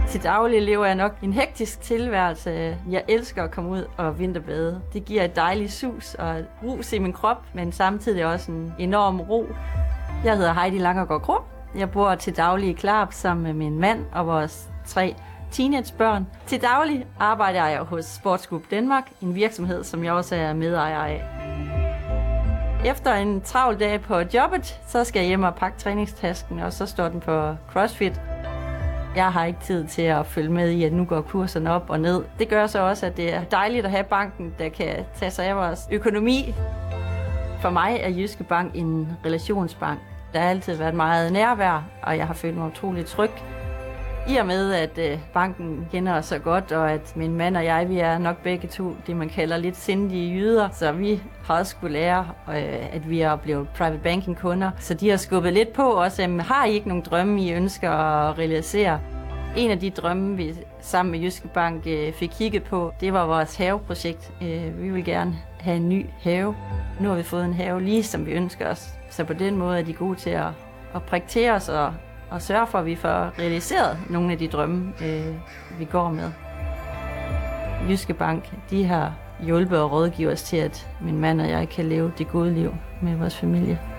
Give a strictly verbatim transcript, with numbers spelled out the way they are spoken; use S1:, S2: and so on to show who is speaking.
S1: Til daglig lever jeg nok en hektisk tilværelse. Jeg elsker at komme ud og vinterbade. Det giver et dejligt sus og et rus i min krop, men samtidig også en enorm ro. Jeg hedder Heidi Langergaard Krum. Jeg bor til daglig i Klarup sammen med min mand og vores tre teenagebørn. Til daglig arbejder jeg hos Sportsklub Danmark, en virksomhed, som jeg også er medejer af. Efter en travl dag på jobbet, så skal jeg hjem og pakke træningstasken, og så står den på CrossFit. Jeg har ikke tid til at følge med i, at nu går kurserne op og ned. Det gør så også, at det er dejligt at have banken, der kan tage sig af vores økonomi. For mig er Jyske Bank en relationsbank. Der har altid været meget nærvær, og jeg har følt mig utrolig tryg. I og med, at banken kender os så godt, og at min mand og jeg, vi er nok begge to det, man kalder lidt sindige jyder. Så vi har også skulle lære, at vi er blevet private banking kunder. Så de har skubbet lidt på os. Har I ikke nogen drømme, I ønsker at realisere? En af de drømme, vi sammen med Jyske Bank fik kigget på, det var vores haveprojekt. Vi vil gerne have en ny have. Nu har vi fået en have lige som vi ønsker os. Så på den måde er de gode til at, at prikke til os og og sørge for, at vi får realiseret nogle af de drømme, øh, vi går med. Jyske Bank, de har hjulpet og rådgivet os til, at min mand og jeg kan leve det gode liv med vores familie.